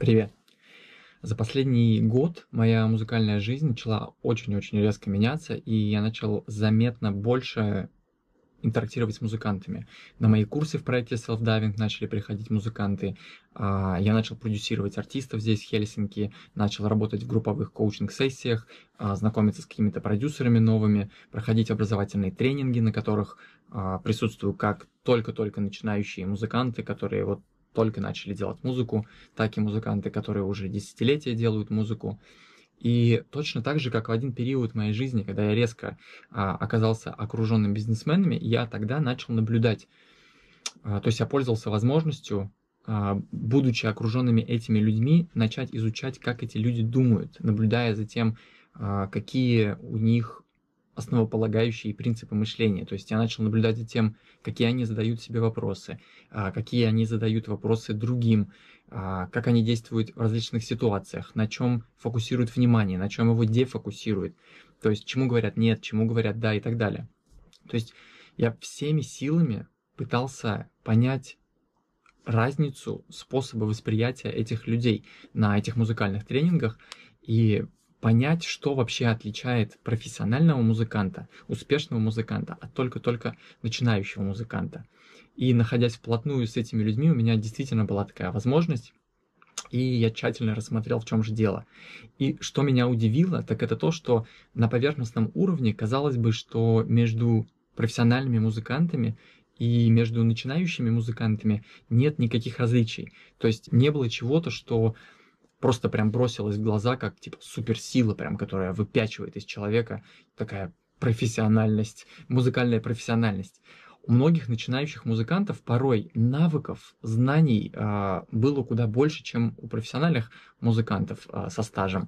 Привет. За последний год моя музыкальная жизнь начала очень-очень резко меняться, и я начал заметно больше интерактировать с музыкантами. На мои курсы в проекте Self Diving начали приходить музыканты. Я начал продюсировать артистов здесь, в Хельсинки, начал работать в групповых коучинг-сессиях, знакомиться с какими-то продюсерами новыми, проходить образовательные тренинги, на которых присутствую как только-только начинающие музыканты, которые вот только начали делать музыку, так и музыканты, которые уже десятилетия делают музыку. И точно так же, как в один период моей жизни, когда я резко оказался окруженным бизнесменами, я тогда начал наблюдать. То есть я пользовался возможностью, будучи окруженными этими людьми, начать изучать, как эти люди думают, наблюдая за тем, какие у них основополагающие принципы мышления. То есть я начал наблюдать за тем, какие они задают себе вопросы, какие они задают вопросы другим, как они действуют в различных ситуациях, на чем фокусируют внимание, на чем его дефокусируют. То есть чему говорят нет, чему говорят да и так далее. То есть я всеми силами пытался понять разницу способа восприятия этих людей на этих музыкальных тренингах и понять, что вообще отличает профессионального музыканта, успешного музыканта от только-только начинающего музыканта. И находясь вплотную с этими людьми, у меня действительно была такая возможность, и я тщательно рассмотрел, в чем же дело. И что меня удивило, так это то, что на поверхностном уровне казалось бы, что между профессиональными музыкантами и между начинающими музыкантами нет никаких различий. То есть не было чего-то, что просто прям бросилось в глаза, как типа суперсила, прям, которая выпячивает из человека такая профессиональность, музыкальная профессиональность. У многих начинающих музыкантов порой навыков, знаний было куда больше, чем у профессиональных музыкантов со стажем.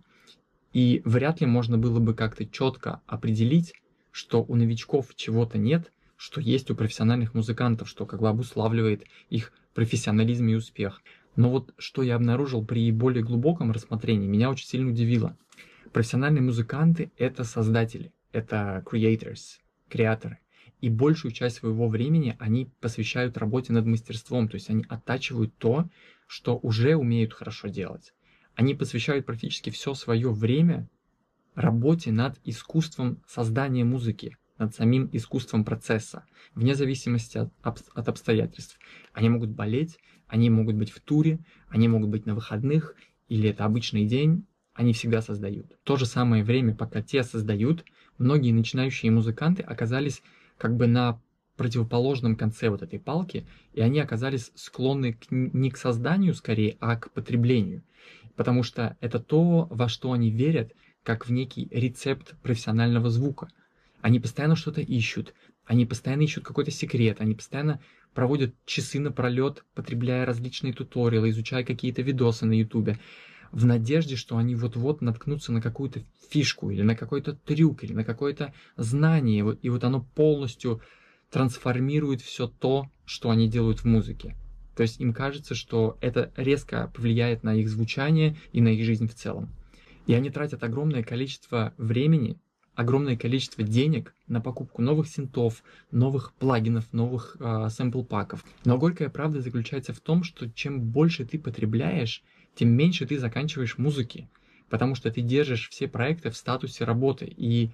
И вряд ли можно было бы как-то четко определить, что у новичков чего-то нет, что есть у профессиональных музыкантов, что как бы обуславливает их профессионализм и успех. Но вот что я обнаружил при более глубоком рассмотрении, меня очень сильно удивило. Профессиональные музыканты — это создатели, это creators, креаторы. И большую часть своего времени они посвящают работе над мастерством, то есть они оттачивают то, что уже умеют хорошо делать. Они посвящают практически все свое время работе над искусством создания музыки, над самим искусством процесса, вне зависимости от обстоятельств. Они могут болеть, они могут быть в туре, они могут быть на выходных, или это обычный день, они всегда создают. В то же самое время, пока те создают, многие начинающие музыканты оказались как бы на противоположном конце вот этой палки, и они оказались склонны не к созданию скорее, а к потреблению. Потому что это то, во что они верят, как в некий рецепт профессионального звука. Они постоянно что-то ищут, они постоянно ищут какой-то секрет, они постоянно проводят часы напролет, потребляя различные туториалы, изучая какие-то видосы на ютубе, в надежде, что они вот-вот наткнутся на какую-то фишку, или на какой-то трюк, или на какое-то знание, и вот оно полностью трансформирует все то, что они делают в музыке. То есть им кажется, что это резко повлияет на их звучание и на их жизнь в целом. И они тратят огромное количество времени, огромное количество денег на покупку новых синтов, новых плагинов, новых сэмпл-паков. Но горькая правда заключается в том, что чем больше ты потребляешь, тем меньше ты заканчиваешь музыки, потому что ты держишь все проекты в статусе работы, и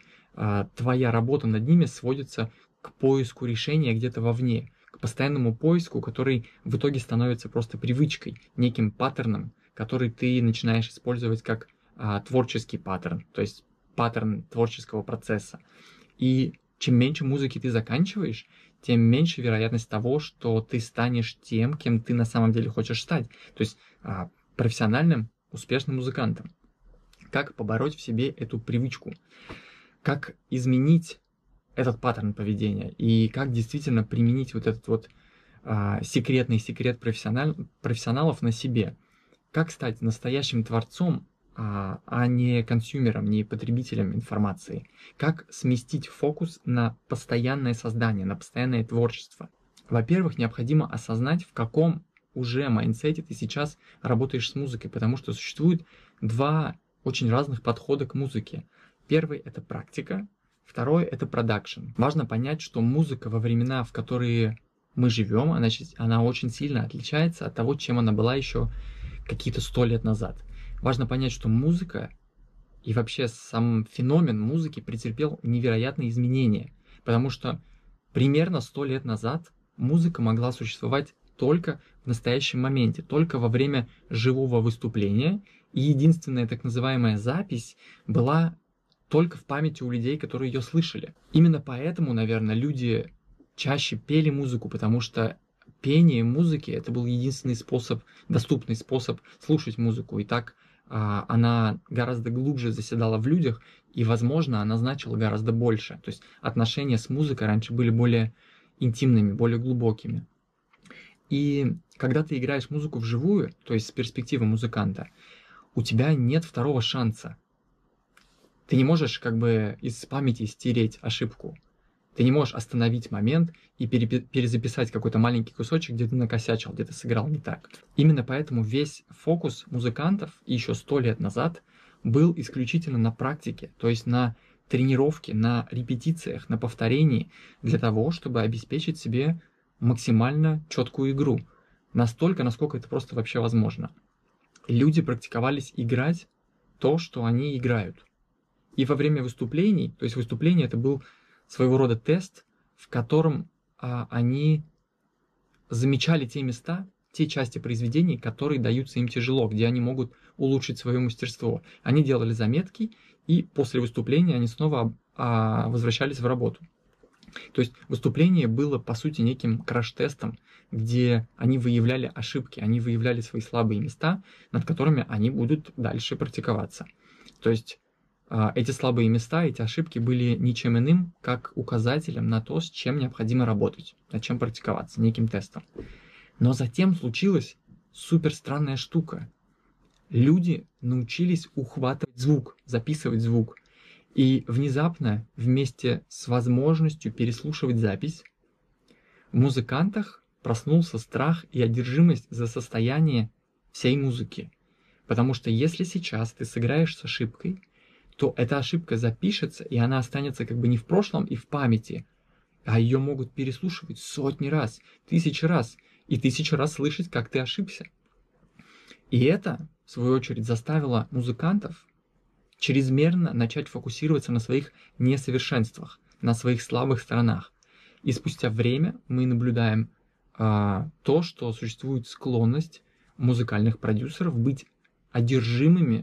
твоя работа над ними сводится к поиску решения где-то вовне, к постоянному поиску, который в итоге становится просто привычкой, неким паттерном, который ты начинаешь использовать как творческий паттерн, то есть паттерн творческого процесса. И чем меньше музыки ты заканчиваешь, тем меньше вероятность того, что ты станешь тем, кем ты на самом деле хочешь стать. То есть профессиональным, успешным музыкантом. Как побороть в себе эту привычку? Как изменить этот паттерн поведения? И как действительно применить вот этот вот секретный секрет профессионалов на себе? Как стать настоящим творцом, а не консюмером, не потребителем информации? Как сместить фокус на постоянное создание, на постоянное творчество? Во-первых, необходимо осознать, в каком уже майндсете ты сейчас работаешь с музыкой, потому что существует два очень разных подхода к музыке. Первый — это практика, второй — это продакшн. Важно понять, что музыка во времена, в которые мы живем, она очень сильно отличается от того, чем она была еще какие-то 100 лет назад. Важно понять, что музыка и вообще сам феномен музыки претерпел невероятные изменения, потому что примерно 100 лет назад музыка могла существовать только в настоящем моменте, только во время живого выступления, и единственная так называемая запись была только в памяти у людей, которые ее слышали. Именно поэтому, наверное, люди чаще пели музыку, потому что пение музыки — это был единственный способ, доступный способ слушать музыку. И так она гораздо глубже заседала в людях, и, возможно, она значила гораздо больше. То есть отношения с музыкой раньше были более интимными, более глубокими. И когда ты играешь музыку вживую, то есть с перспективы музыканта, у тебя нет второго шанса. Ты не можешь как бы из памяти стереть ошибку. Ты не можешь остановить момент и перезаписать какой-то маленький кусочек, где ты накосячил, где ты сыграл не так. Именно поэтому весь фокус музыкантов еще 100 лет назад был исключительно на практике, то есть на тренировке, на репетициях, на повторении, для того, чтобы обеспечить себе максимально четкую игру. Настолько, насколько это просто вообще возможно. Люди практиковались играть то, что они играют. И во время выступлений, то есть выступление это был своего рода тест, в котором они замечали те места, те части произведений, которые даются им тяжело, где они могут улучшить свое мастерство. Они делали заметки, и после выступления они снова возвращались в работу. То есть выступление было, по сути, неким краш-тестом, где они выявляли ошибки, они выявляли свои слабые места, над которыми они будут дальше практиковаться. То есть эти слабые места, эти ошибки были ничем иным, как указателем на то, с чем необходимо работать, над чем практиковаться, неким тестом. Но затем случилась супер странная штука. Люди научились ухватывать звук, записывать звук. И внезапно, вместе с возможностью переслушивать запись, в музыкантах проснулся страх и одержимость за состояние всей музыки. Потому что если сейчас ты сыграешь с ошибкой, то эта ошибка запишется, и она останется как бы не в прошлом и в памяти, а ее могут переслушивать сотни раз, тысячи раз, и тысячи раз слышать, как ты ошибся. И это, в свою очередь, заставило музыкантов чрезмерно начать фокусироваться на своих несовершенствах, на своих слабых сторонах. И спустя время мы наблюдаем то, что существует склонность музыкальных продюсеров быть одержимыми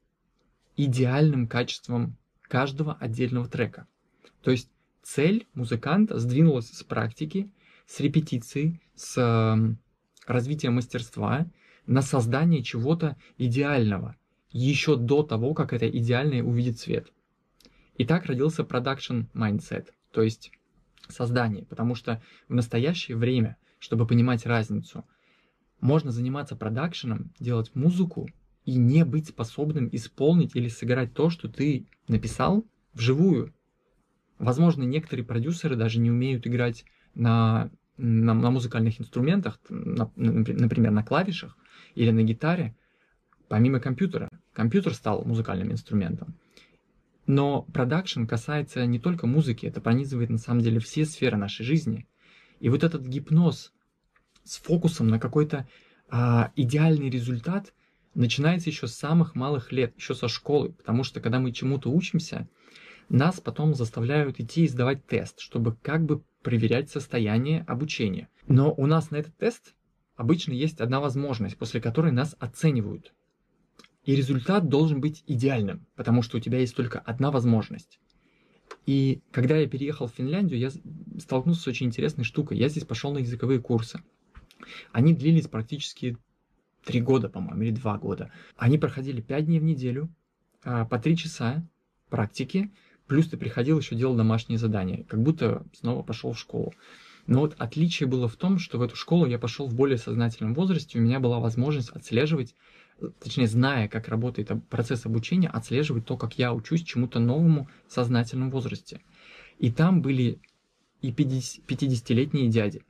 идеальным качеством каждого отдельного трека. То есть цель музыканта сдвинулась с практики, с репетиции, с развития мастерства на создание чего-то идеального, еще до того, как это идеальное увидит свет. И так родился production mindset, то есть создание, потому что в настоящее время, чтобы понимать разницу, можно заниматься продакшеном, делать музыку и не быть способным исполнить или сыграть то, что ты написал вживую. Возможно, некоторые продюсеры даже не умеют играть на музыкальных инструментах, например, на клавишах или на гитаре, помимо компьютера. Компьютер стал музыкальным инструментом. Но продакшн касается не только музыки, это пронизывает на самом деле все сферы нашей жизни. И вот этот гипноз с фокусом на какой-то идеальный результат начинается еще с самых малых лет, еще со школы, потому что когда мы чему-то учимся, нас потом заставляют идти и сдавать тест, чтобы как бы проверять состояние обучения. Но у нас на этот тест обычно есть одна возможность, после которой нас оценивают. И результат должен быть идеальным, потому что у тебя есть только одна возможность. И когда я переехал в Финляндию, я столкнулся с очень интересной штукой. Я здесь пошел на языковые курсы. Они длились практически 3 года, по-моему, или 2 года. Они проходили 5 дней в неделю, по 3 часа практики, плюс ты приходил еще делал домашние задания, как будто снова пошел в школу. Но вот отличие было в том, что в эту школу я пошел в более сознательном возрасте, у меня была возможность отслеживать, точнее, зная, как работает процесс обучения, отслеживать то, как я учусь чему-то новому в сознательном возрасте. И там были и 50-летние дяди,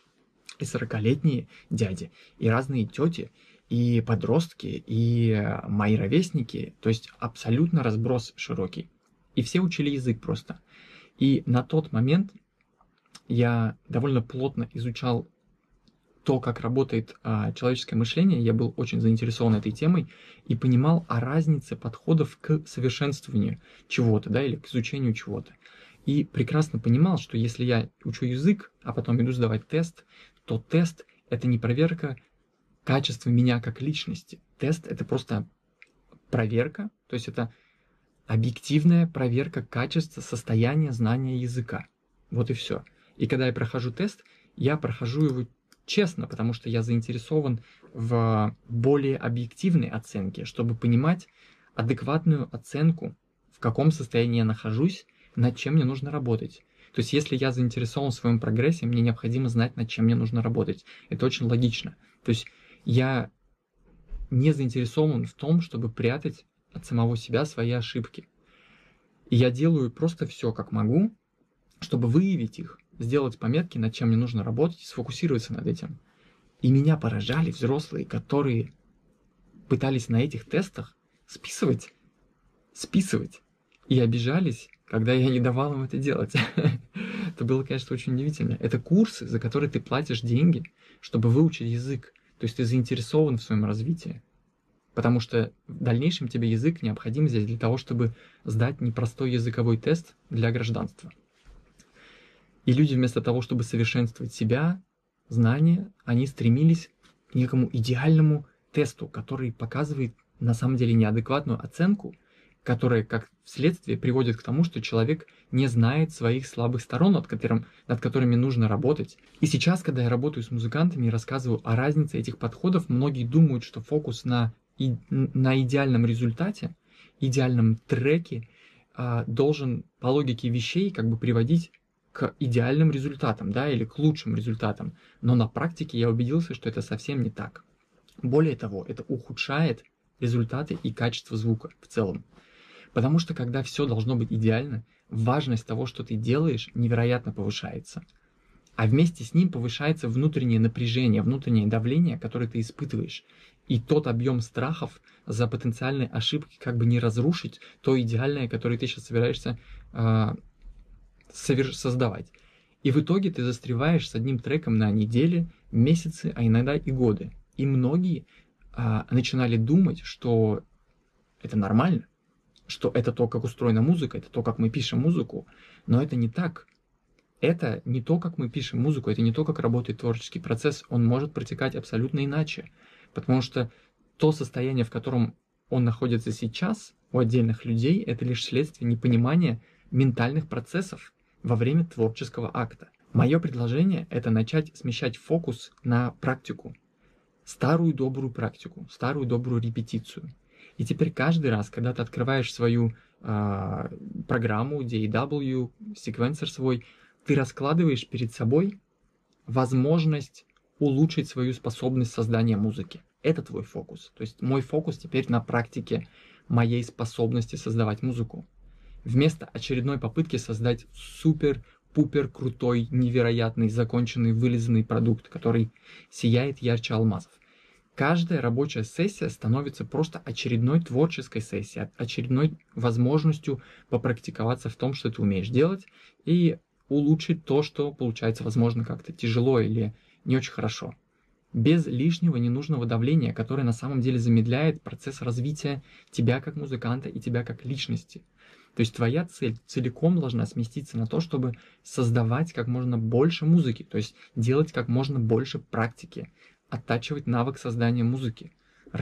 и 40-летние дяди, и разные тети, и подростки, и мои ровесники, то есть абсолютно разброс широкий. И все учили язык просто. И на тот момент я довольно плотно изучал то, как работает человеческое мышление, я был очень заинтересован этой темой и понимал о разнице подходов к совершенствованию чего-то, да, или к изучению чего-то. И прекрасно понимал, что если я учу язык, а потом иду сдавать тест, то тест — это не проверка качества меня как личности. Тест — это просто проверка, то есть это объективная проверка качества, состояния, знания языка. Вот и все. И когда я прохожу тест, я прохожу его честно, потому что я заинтересован в более объективной оценке, чтобы понимать адекватную оценку, в каком состоянии я нахожусь, над чем мне нужно работать. То есть если я заинтересован в своем прогрессе, мне необходимо знать, над чем мне нужно работать. Это очень логично. То есть я не заинтересован в том, чтобы прятать от самого себя свои ошибки. И я делаю просто все, как могу, чтобы выявить их, сделать пометки, над чем мне нужно работать, и сфокусироваться над этим. И меня поражали взрослые, которые пытались на этих тестах списывать, и обижались, когда я не давал им это делать. Это было, конечно, очень удивительно. Это курсы, за которые ты платишь деньги, чтобы выучить язык. То есть ты заинтересован в своем развитии. Потому что в дальнейшем тебе язык необходим здесь для того, чтобы сдать непростой языковой тест для гражданства. И люди вместо того, чтобы совершенствовать себя, знания, они стремились к некому идеальному тесту, который показывает на самом деле неадекватную оценку, которая, как следствие, приводит к тому, что человек не знает своих слабых сторон, над которыми нужно работать. И сейчас, когда я работаю с музыкантами и рассказываю о разнице этих подходов, многие думают, что фокус на идеальном результате, идеальном треке должен по логике вещей как бы приводить к идеальным результатам, да, или к лучшим результатам. Но на практике я убедился, что это совсем не так. Более того, это ухудшает результаты и качество звука в целом. Потому что когда все должно быть идеально, важность того, что ты делаешь, невероятно повышается. А вместе с ним повышается внутреннее напряжение, внутреннее давление, которое ты испытываешь. И тот объем страхов за потенциальные ошибки как бы не разрушить то идеальное, которое ты сейчас собираешься создавать. И в итоге ты застреваешь с одним треком на недели, месяцы, а иногда и годы. И многие начинали думать, что это нормально, что это то, как устроена музыка, это то, как мы пишем музыку, но это не так. Это не то, как мы пишем музыку, это не то, как работает творческий процесс, он может протекать абсолютно иначе, потому что то состояние, в котором он находится сейчас у отдельных людей, это лишь следствие непонимания ментальных процессов во время творческого акта. Мое предложение – это начать смещать фокус на практику, старую добрую практику, старую добрую репетицию. И теперь каждый раз, когда ты открываешь свою программу, DAW, секвенсор свой, ты раскладываешь перед собой возможность улучшить свою способность создания музыки. Это твой фокус. То есть мой фокус теперь на практике моей способности создавать музыку. Вместо очередной попытки создать супер-пупер крутой, невероятный, законченный, вылизанный продукт, который сияет ярче алмазов. Каждая рабочая сессия становится просто очередной творческой сессией, очередной возможностью попрактиковаться в том, что ты умеешь делать, и улучшить то, что получается, возможно, как-то тяжело или не очень хорошо. Без лишнего ненужного давления, которое на самом деле замедляет процесс развития тебя как музыканта и тебя как личности. То есть твоя цель целиком должна сместиться на то, чтобы создавать как можно больше музыки, то есть делать как можно больше практики, оттачивать навык создания музыки,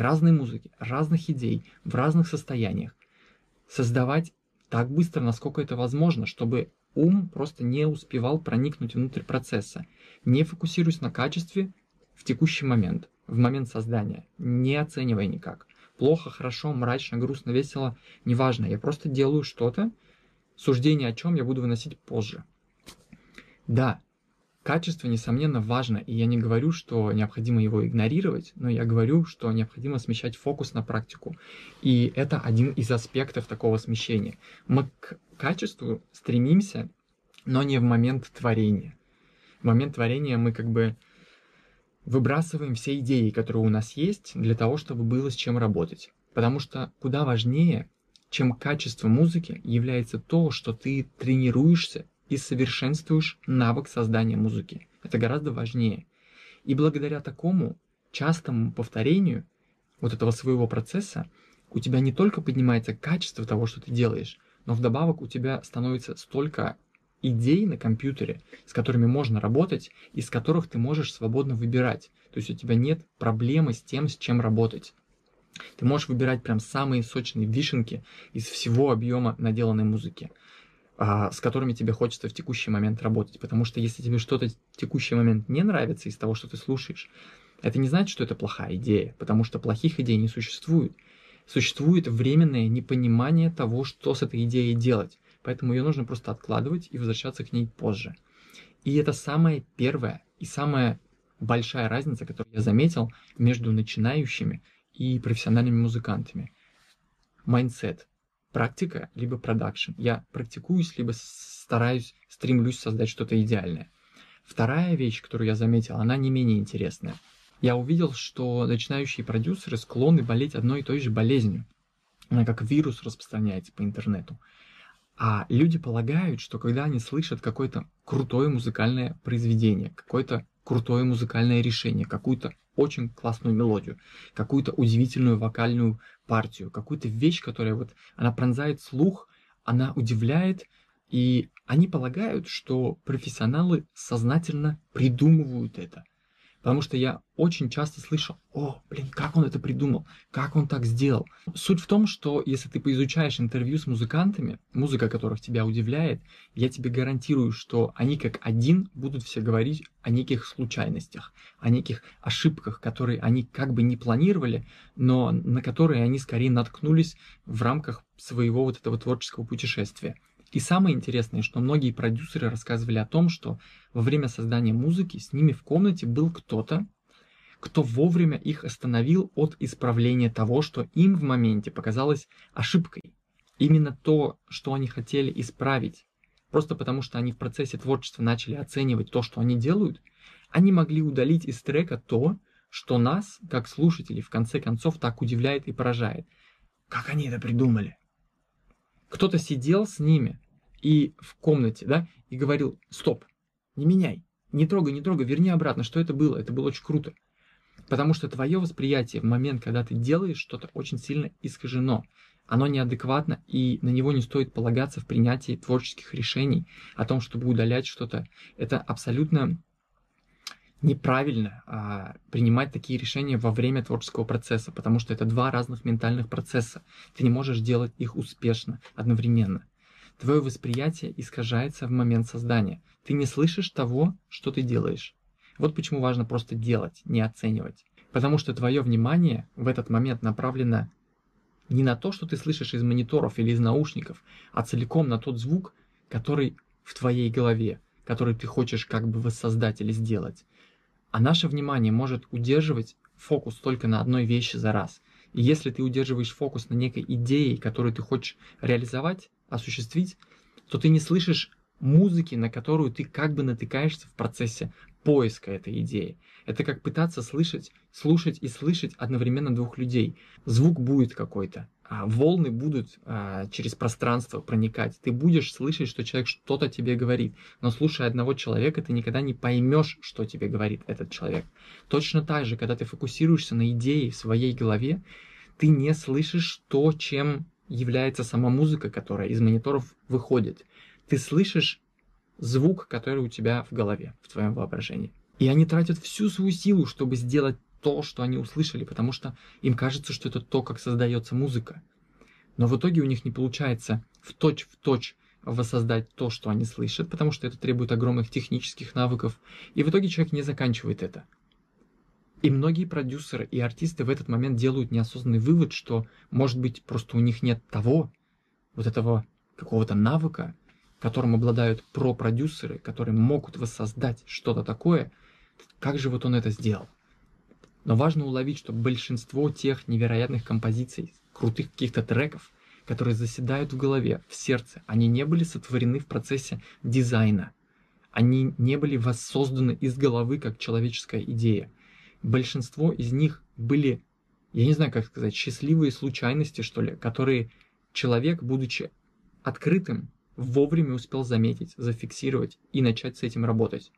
разных идей, в разных состояниях. Создавать так быстро, насколько это возможно, чтобы ум просто не успевал проникнуть внутрь процесса. Не фокусируясь на качестве в текущий момент, в момент создания, не оценивая никак. Плохо, хорошо, мрачно, грустно, весело, неважно. Я просто делаю что-то, суждение о чем я буду выносить позже. Да, качество, несомненно, важно, и я не говорю, что необходимо его игнорировать, но я говорю, что необходимо смещать фокус на практику. И это один из аспектов такого смещения. Мы к качеству стремимся, но не в момент творения. В момент творения мы как бы выбрасываем все идеи, которые у нас есть, для того, чтобы было с чем работать. Потому что куда важнее, чем качество музыки, является то, что ты тренируешься и совершенствуешь навык создания музыки. Это гораздо важнее. И благодаря такому частому повторению вот этого своего процесса у тебя не только поднимается качество того, что ты делаешь, но вдобавок у тебя становится столько идей на компьютере, с которыми можно работать, из которых ты можешь свободно выбирать. То есть у тебя нет проблемы с тем, с чем работать. Ты можешь выбирать прям самые сочные вишенки из всего объема наделанной музыки, с которыми тебе хочется в текущий момент работать. Потому что если тебе что-то в текущий момент не нравится из того, что ты слушаешь, это не значит, что это плохая идея, потому что плохих идей не существует. Существует временное непонимание того, что с этой идеей делать. Поэтому ее нужно просто откладывать и возвращаться к ней позже. И это самая первая и самая большая разница, которую я заметил между начинающими и профессиональными музыкантами. Майндсет. Практика, либо продакшн. Я практикуюсь, либо стремлюсь создать что-то идеальное. Вторая вещь, которую я заметил, она не менее интересная. Я увидел, что начинающие продюсеры склонны болеть одной и той же болезнью. Она как вирус распространяется по интернету. А люди полагают, что когда они слышат какое-то крутое музыкальное произведение, какое-то крутое музыкальное решение, какую-то очень классную мелодию, какую-то удивительную вокальную партию, какую-то вещь, которая вот, она пронзает слух, она удивляет, и они полагают, что профессионалы сознательно придумывают это. Потому что я очень часто слышу: о, блин, как он это придумал, как он так сделал. Суть в том, что если ты поизучаешь интервью с музыкантами, музыка которых тебя удивляет, я тебе гарантирую, что они как один будут все говорить о неких случайностях, о неких ошибках, которые они как бы не планировали, но на которые они скорее наткнулись в рамках своего вот этого творческого путешествия. И самое интересное, что многие продюсеры рассказывали о том, что во время создания музыки с ними в комнате был кто-то, кто вовремя их остановил от исправления того, что им в моменте показалось ошибкой. Именно то, что они хотели исправить, просто потому что они в процессе творчества начали оценивать то, что они делают, они могли удалить из трека то, что нас, как слушателей, в конце концов так удивляет и поражает. Как они это придумали? Кто-то сидел с ними и в комнате, да, и говорил: стоп, не меняй, не трогай, верни обратно, что это было очень круто. Потому что твое восприятие в момент, когда ты делаешь что-то, очень сильно искажено. Оно неадекватно, и на него не стоит полагаться в принятии творческих решений о том, чтобы удалять что-то. Это абсолютно неправильно принимать такие решения во время творческого процесса, потому что это два разных ментальных процесса. Ты не можешь делать их успешно одновременно. Твое восприятие искажается в момент создания. Ты не слышишь того, что ты делаешь. Вот почему важно просто делать, не оценивать. Потому что твое внимание в этот момент направлено не на то, что ты слышишь из мониторов или из наушников, а целиком на тот звук, который в твоей голове, который ты хочешь как бы воссоздать или сделать. А наше внимание может удерживать фокус только на одной вещи за раз. И если ты удерживаешь фокус на некой идее, которую ты хочешь реализовать, осуществить, то ты не слышишь музыки, на которую ты как бы натыкаешься в процессе поиска этой идеи. Это как пытаться слушать и слышать одновременно двух людей. Звук будет какой-то, волны будут через пространство проникать. Ты будешь слышать, что человек что-то тебе говорит, но слушая одного человека, ты никогда не поймешь, что тебе говорит этот человек. Точно так же, когда ты фокусируешься на идее в своей голове, ты не слышишь то, чем является сама музыка, которая из мониторов выходит. Ты слышишь звук, который у тебя в голове, в твоем воображении. И они тратят всю свою силу, чтобы сделать то, что они услышали, потому что им кажется, что это то, как создается музыка. Но в итоге у них не получается в точь воссоздать то, что они слышат, потому что это требует огромных технических навыков, и в итоге человек не заканчивает это. И многие продюсеры и артисты в этот момент делают неосознанный вывод, что, может быть, просто у них нет того, вот этого какого-то навыка, которым обладают про-продюсеры, которые могут воссоздать что-то такое. Как же вот он это сделал? Но важно уловить, что большинство тех невероятных композиций, крутых каких-то треков, которые заседают в голове, в сердце, они не были сотворены в процессе дизайна. Они не были воссозданы из головы как человеческая идея. Большинство из них были, я не знаю, как сказать, счастливые случайности, что ли, которые человек, будучи открытым вовремя успел заметить, зафиксировать и начать с этим работать.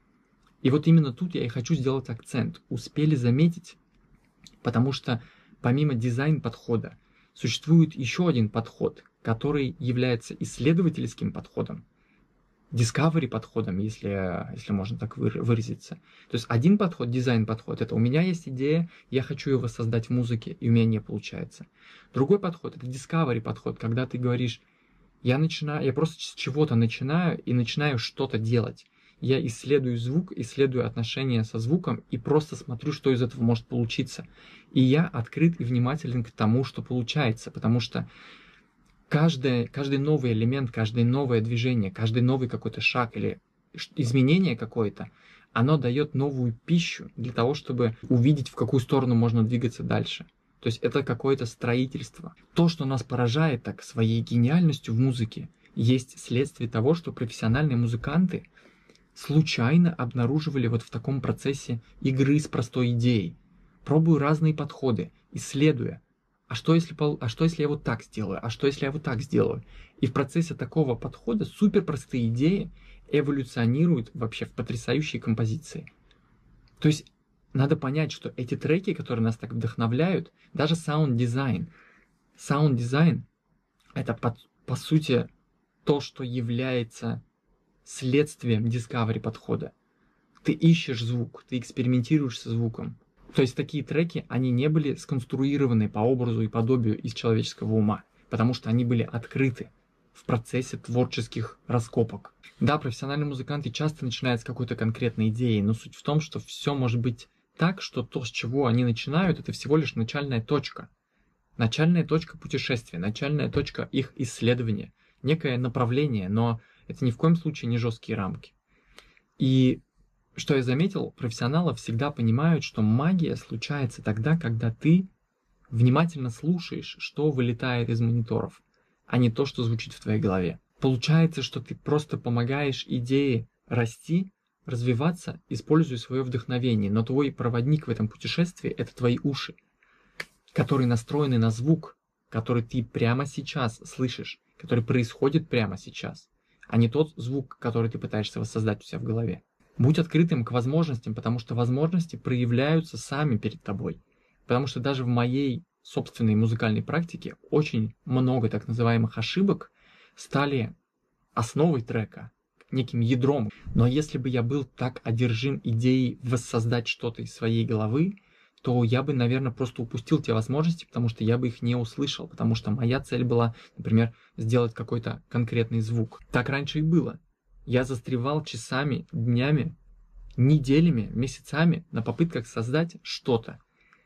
И вот именно тут я и хочу сделать акцент. Успели заметить, потому что помимо дизайн-подхода существует еще один подход, который является исследовательским подходом, discovery подходом, если можно так выразиться. То есть один подход, дизайн-подход, это у меня есть идея, я хочу ее воссоздать в музыке, и у меня не получается. Другой подход, это discovery подход, когда ты говоришь, я просто с чего-то начинаю и начинаю что-то делать. Я исследую звук, исследую отношения со звуком и просто смотрю, что из этого может получиться. И я открыт и внимателен к тому, что получается, потому что каждый новый элемент, каждое новое движение, каждый новый какой-то шаг или изменение какое-то, оно дает новую пищу для того, чтобы увидеть, в какую сторону можно двигаться дальше. То есть это какое-то строительство. То, что нас поражает так своей гениальностью в музыке, есть следствие того, что профессиональные музыканты случайно обнаруживали вот в таком процессе игры с простой идеей. Пробую разные подходы, исследуя. А что если я вот так сделаю? А что если я вот так сделаю? И в процессе такого подхода суперпростые идеи эволюционируют вообще в потрясающие композиции. То есть надо понять, что эти треки, которые нас так вдохновляют, даже саунд-дизайн. Саунд-дизайн — это по сути то, что является следствием discovery подхода. Ты ищешь звук, ты экспериментируешь со звуком. То есть такие треки, они не были сконструированы по образу и подобию из человеческого ума, потому что они были открыты в процессе творческих раскопок. Да, профессиональные музыканты часто начинают с какой-то конкретной идеи, но суть в том, что все может быть так, что то, с чего они начинают, это всего лишь начальная точка. Начальная точка путешествия, начальная точка их исследования, некое направление, но это ни в коем случае не жесткие рамки. И что я заметил, профессионалы всегда понимают, что магия случается тогда, когда ты внимательно слушаешь, что вылетает из мониторов, а не то, что звучит в твоей голове. Получается, что ты просто помогаешь идее расти, развиваться, используя свое вдохновение, но твой проводник в этом путешествии — это твои уши, которые настроены на звук, который ты прямо сейчас слышишь, который происходит прямо сейчас, а не тот звук, который ты пытаешься воссоздать у себя в голове. Будь открытым к возможностям, потому что возможности проявляются сами перед тобой. Потому что даже в моей собственной музыкальной практике очень много так называемых ошибок стали основой трека, неким ядром. Но если бы я был так одержим идеей воссоздать что-то из своей головы, то я бы, наверное, просто упустил те возможности, потому что я бы их не услышал, потому что моя цель была, например, сделать какой-то конкретный звук. Так раньше и было. Я застревал часами, днями, неделями, месяцами на попытках создать что-то,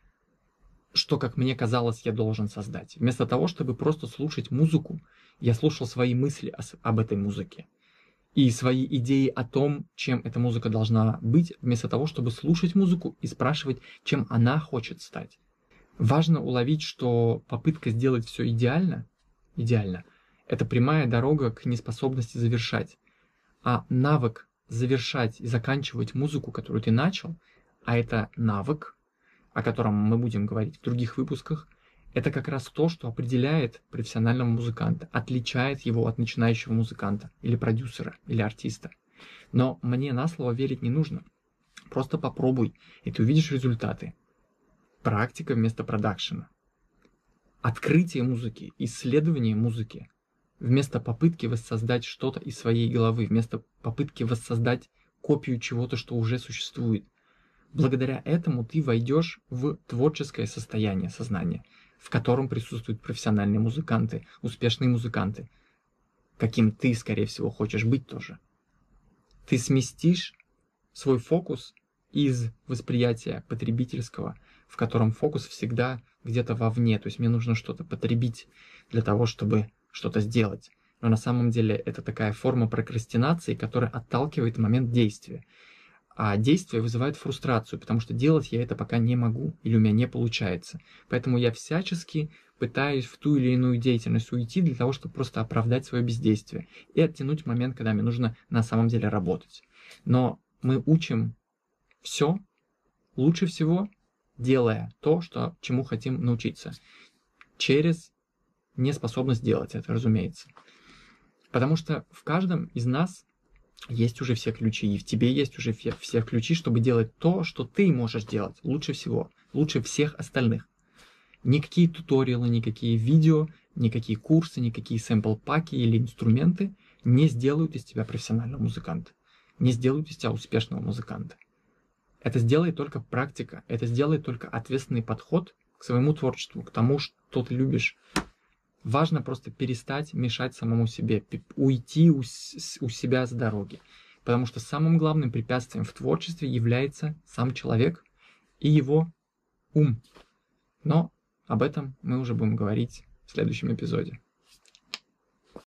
что, как мне казалось, я должен создать. Вместо того, чтобы просто слушать музыку, я слушал свои мысли об этой музыке и свои идеи о том, чем эта музыка должна быть, вместо того, чтобы слушать музыку и спрашивать, чем она хочет стать. Важно уловить, что попытка сделать все идеально, это прямая дорога к неспособности завершать. А навык завершать и заканчивать музыку, которую ты начал, а это навык, о котором мы будем говорить в других выпусках, это как раз то, что определяет профессионального музыканта, отличает его от начинающего музыканта, или продюсера, или артиста. Но мне на слово верить не нужно. Просто попробуй, и ты увидишь результаты. Практика вместо продакшена. Открытие музыки, исследование музыки, вместо попытки воссоздать что-то из своей головы, вместо попытки воссоздать копию чего-то, что уже существует. Благодаря этому ты войдешь в творческое состояние сознания, в котором присутствуют профессиональные музыканты, успешные музыканты, каким ты, скорее всего, хочешь быть тоже. Ты сместишь свой фокус из восприятия потребительского, в котором фокус всегда где-то вовне, то есть мне нужно что-то потребить для того, чтобы что-то сделать. Но на самом деле это такая форма прокрастинации, которая отталкивает момент действия. А действие вызывает фрустрацию, потому что делать я это пока не могу или у меня не получается. Поэтому я всячески пытаюсь в ту или иную деятельность уйти для того, чтобы просто оправдать свое бездействие и оттянуть момент, когда мне нужно на самом деле работать. Но мы учим все лучше всего, делая то, чему хотим научиться, через неспособность делать это, разумеется. Потому что в каждом из нас есть уже все ключи, и в тебе есть уже все ключи, чтобы делать то, что ты можешь делать лучше всего, лучше всех остальных. Никакие туториалы, никакие видео, никакие курсы, никакие сэмпл-паки или инструменты не сделают из тебя профессионального музыканта, не сделают из тебя успешного музыканта. Это сделает только практика, это сделает только ответственный подход к своему творчеству, к тому, что ты любишь. Важно просто перестать мешать самому себе, уйти у себя с дороги. Потому что самым главным препятствием в творчестве является сам человек и его ум. Но об этом мы уже будем говорить в следующем эпизоде.